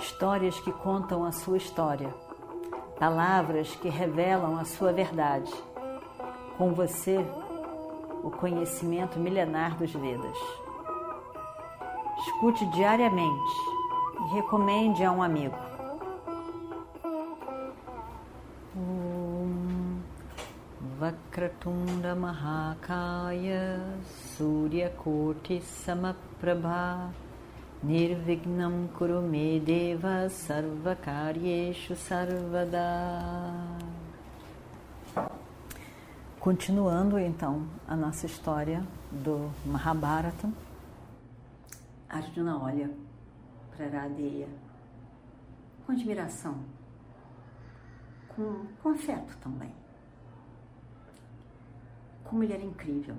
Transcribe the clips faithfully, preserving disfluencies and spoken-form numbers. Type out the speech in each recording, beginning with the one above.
histórias que contam a sua história, palavras que revelam a sua verdade. Com você, o conhecimento milenar dos Vedas. Escute diariamente e recomende a um amigo. Om Vakratunda Mahakaya Suryakoti Samaprabha Nirvignam Kurume Deva Sarvakaryeshu Sarvada. Continuando então a nossa história do Mahabharata, Arjuna olha para Radeya com admiração, com, com afeto também. Como ele era incrível.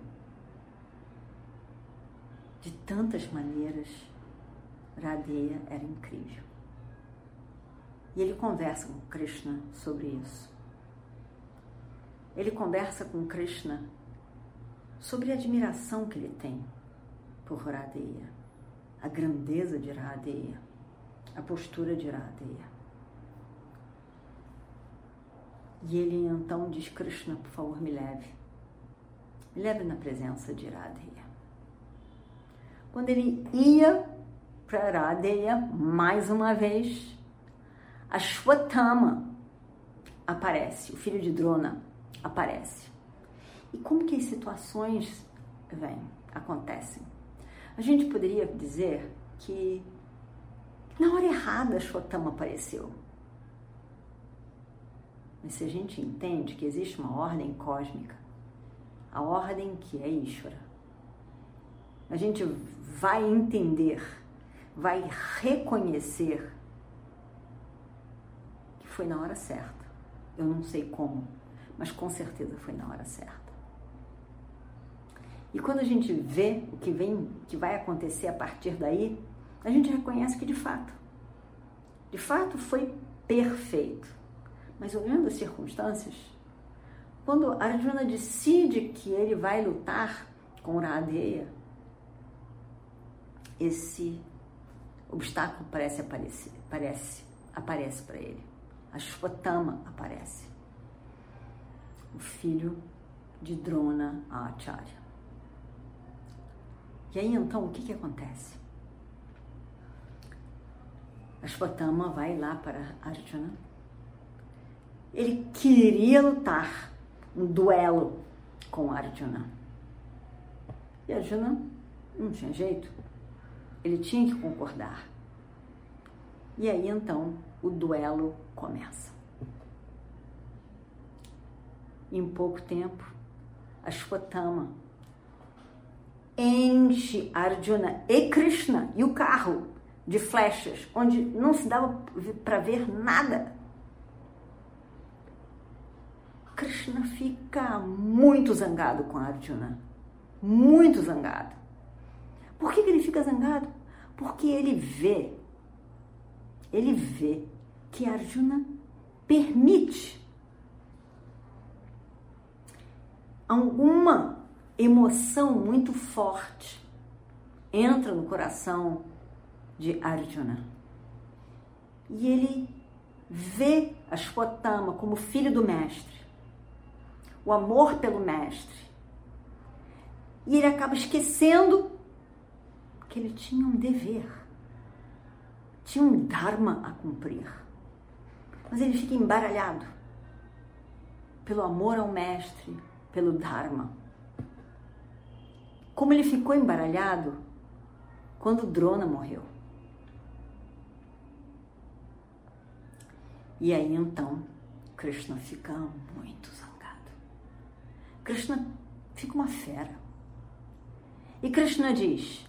De tantas maneiras, Radeya era incrível. E ele conversa com Krishna sobre isso. Ele conversa com Krishna sobre a admiração que ele tem por Radeya, a grandeza de Radeya, a postura de Radeya. E ele então diz: Krishna, por favor, me leve. Me leve na presença de Radeya. Quando ele ia para Radeya, mais uma vez, Ashwatthama aparece, o filho de Drona aparece. E como que as situações vêm, acontecem? A gente poderia dizer que na hora errada Ashwatthama apareceu. Mas se a gente entende que existe uma ordem cósmica, a ordem que é Ishvara, a gente vai entender, vai reconhecer que foi na hora certa. Eu não sei como, mas com certeza foi na hora certa. E quando a gente vê o que vem, que vai acontecer a partir daí, a gente reconhece que de fato, de fato foi perfeito. Mas olhando as circunstâncias, quando Arjuna decide que ele vai lutar com Radeya, esse obstáculo parece aparecer, parece, aparece para ele. Ashwatthama aparece, o filho de Drona Acharya. E aí então o que que acontece? Ashwatthama vai lá para Arjuna. Ele queria lutar um duelo com Arjuna. E Arjuna não tinha jeito. Ele tinha que concordar. E aí então o duelo começa. Em pouco tempo, Ashwatthama enche Arjuna e Krishna e o carro de flechas, onde não se dava para ver nada. Krishna fica muito zangado com Arjuna, muito zangado. Por que que ele fica zangado? Porque ele vê, ele vê que Arjuna permite alguma emoção muito forte entra no coração de Arjuna. E ele vê Ashwatthama como filho do mestre, o amor pelo mestre. E ele acaba esquecendo que ele tinha um dever, tinha um dharma a cumprir. Mas ele fica embaralhado pelo amor ao mestre, pelo dharma. Como ele ficou embaralhado quando Drona morreu. E aí então Krishna fica muito zangado. Krishna fica uma fera. E Krishna diz: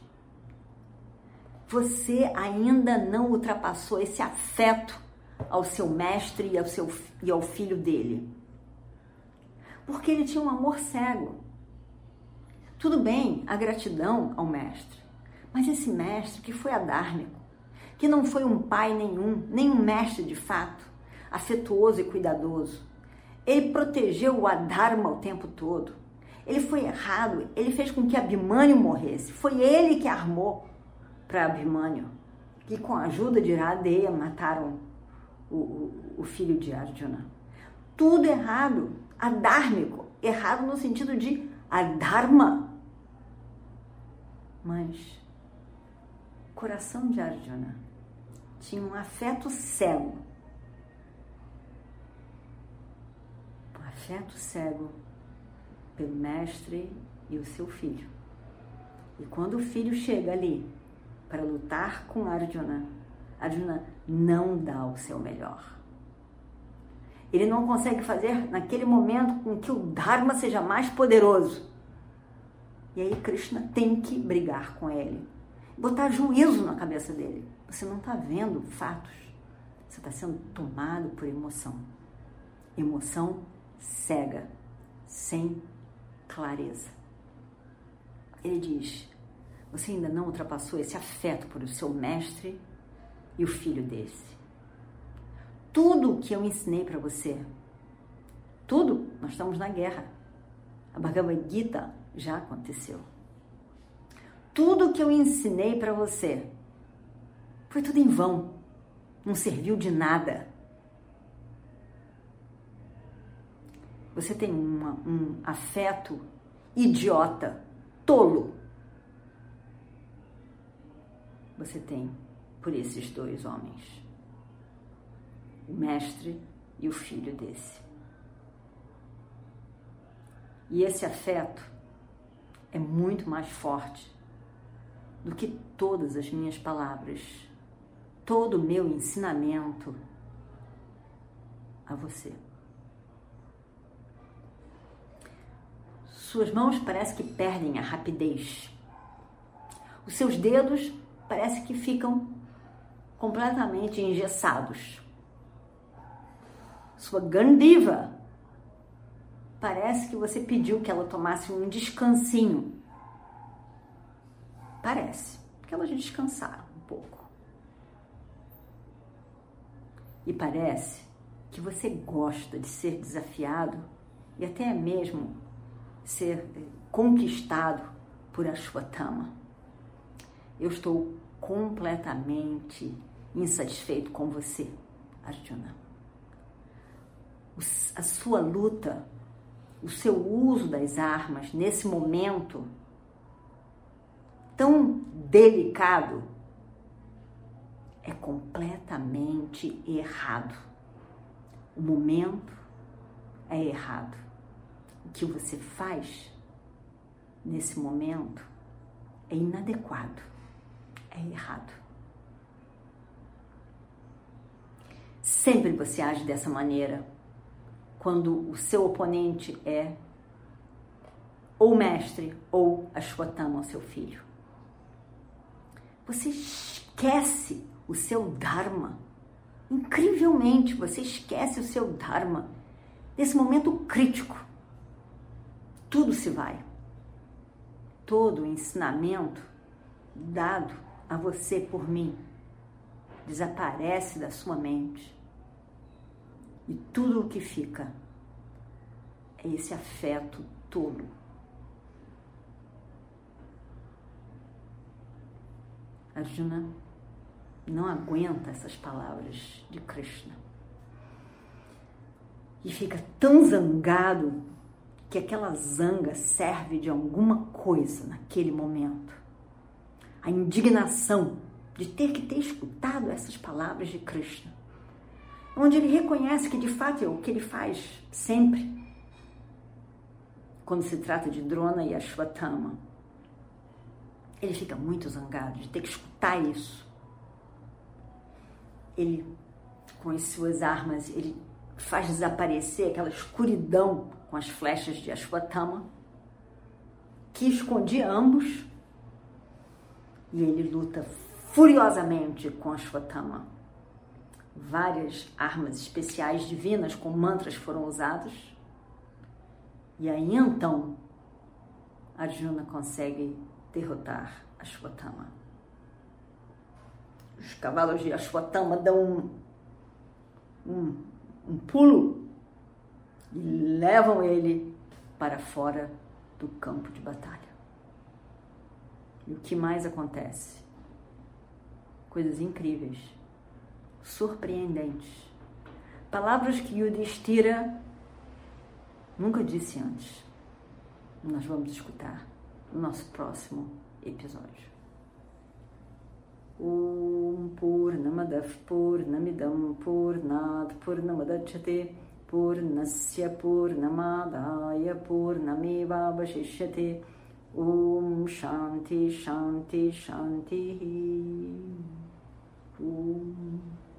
você ainda não ultrapassou esse afeto ao seu mestre e ao, seu, e ao filho dele. Porque ele tinha um amor cego. Tudo bem, a gratidão ao mestre. Mas esse mestre que foi adármico, que não foi um pai nenhum, nem um mestre de fato, afetuoso e cuidadoso. Ele protegeu o Adharma o tempo todo. Ele foi errado, ele fez com que Abhimanyu morresse. Foi ele que armou para Abhimanyu que com a ajuda de Iradeya mataram o, o, o filho de Arjuna. Tudo errado, adármico, errado no sentido de adharma. Mas o coração de Arjuna tinha um afeto cego. Um afeto cego pelo mestre e o seu filho. E quando o filho chega ali para lutar com Arjuna, Arjuna não dá o seu melhor. Ele não consegue fazer naquele momento com que o Dharma seja mais poderoso. E aí Krishna tem que brigar com ele, botar juízo na cabeça dele. Você não está vendo fatos, você está sendo tomado por emoção. Emoção cega, sem clareza. Ele diz: você ainda não ultrapassou esse afeto por o seu mestre e o filho desse. Tudo que eu ensinei para você, tudo, nós estamos na guerra. A Bhagavad Gita já aconteceu. Tudo que eu ensinei para você foi tudo em vão, não serviu de nada. Você tem uma, um afeto idiota, tolo. Você tem por esses dois homens, o mestre e o filho desse. E esse afeto é muito mais forte do que todas as minhas palavras, todo o meu ensinamento a você. Suas mãos parecem que perdem a rapidez. Os seus dedos parecem que ficam completamente engessados. Sua gandiva parece que você pediu que ela tomasse um descansinho. Parece, porque elas descansaram um pouco. E parece que você gosta de ser desafiado e até mesmo ser conquistado por Ashwatthama. Eu estou completamente insatisfeito com você, Arjuna. A sua luta, o seu uso das armas nesse momento tão delicado é completamente errado. O momento é errado. O que você faz nesse momento é inadequado, é errado. Sempre você age dessa maneira quando o seu oponente é ou mestre ou Ashwatthama, o seu filho. Você esquece o seu Dharma. Incrivelmente, você esquece o seu Dharma. Nesse momento crítico, tudo se vai. Todo o ensinamento dado a você por mim desaparece da sua mente. E tudo o que fica é esse afeto tolo. Arjuna não aguenta essas palavras de Krishna. E fica tão zangado que aquela zanga serve de alguma coisa naquele momento. A indignação de ter que ter escutado essas palavras de Krishna, onde ele reconhece que de fato é o que ele faz sempre, quando se trata de Drona e Ashwatthama. Ele fica muito zangado de ter que escutar isso. Ele, com as suas armas, ele faz desaparecer aquela escuridão com as flechas de Ashwatthama, que escondia ambos, e ele luta furiosamente com Ashwatthama. Várias armas especiais divinas com mantras foram usados, e aí então Arjuna consegue derrotar Ashwatthama. Os cavalos de Ashwatthama dão um, um, um pulo e levam ele para fora do campo de batalha. E o que mais acontece? coisas incríveis, surpreendentes. Palavras que Yudhishthira nunca disse antes. Nós vamos escutar no nosso próximo episódio. Om Purnamadav Purnamidam Purnat Purnamadachyate Purnasya Purnamadaya Purnamevavashishyate. Om Shanti Shanti Shanti. Om.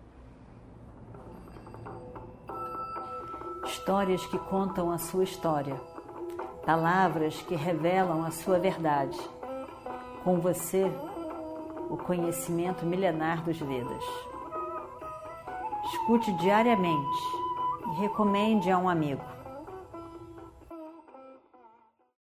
Histórias que contam a sua história. Palavras que revelam a sua verdade. Com você, o conhecimento milenar dos Vedas. Escute diariamente e recomende a um amigo.